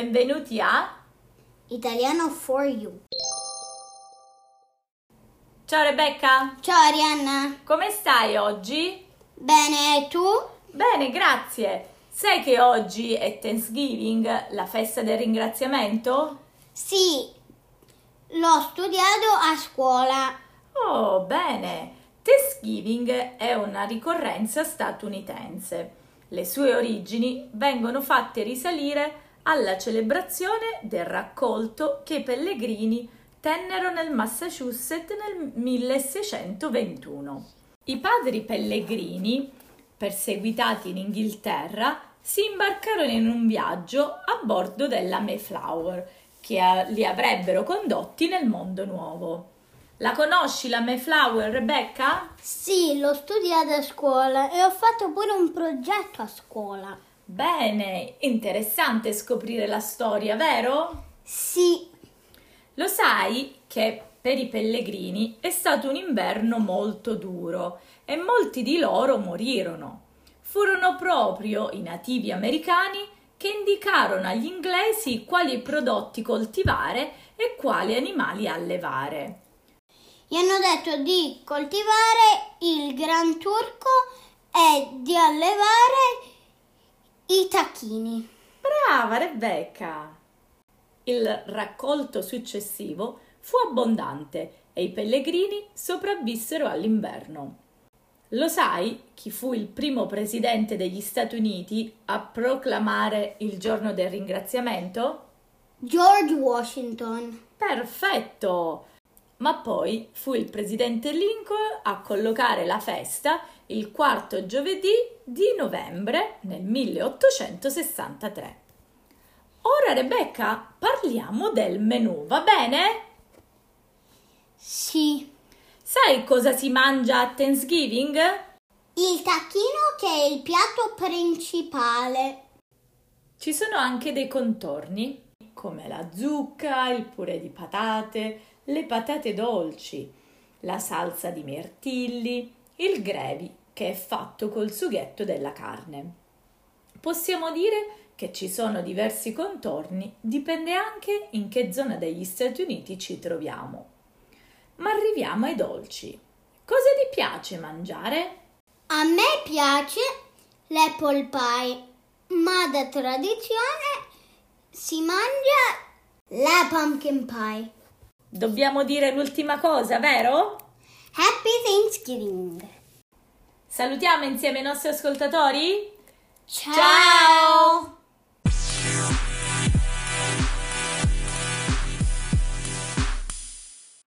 benvenuti a Italiano for You. Ciao Rebecca, Ciao Arianna. come stai oggi? Bene, e tu? Bene, grazie. Sai che oggi è Thanksgiving, la festa del ringraziamento? Sì, l'ho studiato a scuola. Oh, bene. Thanksgiving è una ricorrenza statunitense. Le sue origini vengono fatte risalire alla celebrazione del raccolto che i pellegrini tennero nel Massachusetts nel 1621. I padri pellegrini, perseguitati in Inghilterra, si imbarcarono in un viaggio a bordo della Mayflower, che li avrebbero condotti nel mondo nuovo. La conosci la Mayflower, Rebecca? Sì, l'ho studiata a scuola e ho fatto pure un progetto a scuola. Bene, interessante scoprire la storia, vero? Sì, Lo sai che per i pellegrini è stato un inverno molto duro e molti di loro morirono. Furono proprio i nativi americani che indicarono agli inglesi quali prodotti coltivare e quali animali allevare. gli hanno detto di coltivare il gran turco e di allevare i tacchini. Brava Rebecca! Il raccolto successivo fu abbondante e i pellegrini sopravvissero all'inverno. Lo sai chi fu il primo presidente degli Stati Uniti a proclamare il giorno del ringraziamento? George Washington. Perfetto! Ma poi fu il presidente Lincoln a collocare la festa il quarto giovedì di novembre nel 1863. Ora Rebecca, parliamo del menù, va bene? Sì. Sai cosa si mangia a Thanksgiving? Il tacchino che è il piatto principale. Ci sono anche dei contorni, come la zucca, il purè di patate, le patate dolci, la salsa di mirtilli, il gravy, che è fatto col sughetto della carne. Possiamo dire che ci sono diversi contorni, dipende anche in che zona degli Stati Uniti ci troviamo. Ma arriviamo ai dolci. Cosa ti piace mangiare? A me piace l'apple pie, ma da tradizione si mangia la pumpkin pie. Dobbiamo dire l'ultima cosa, vero? Happy Thanksgiving! Salutiamo insieme i nostri ascoltatori? Ciao!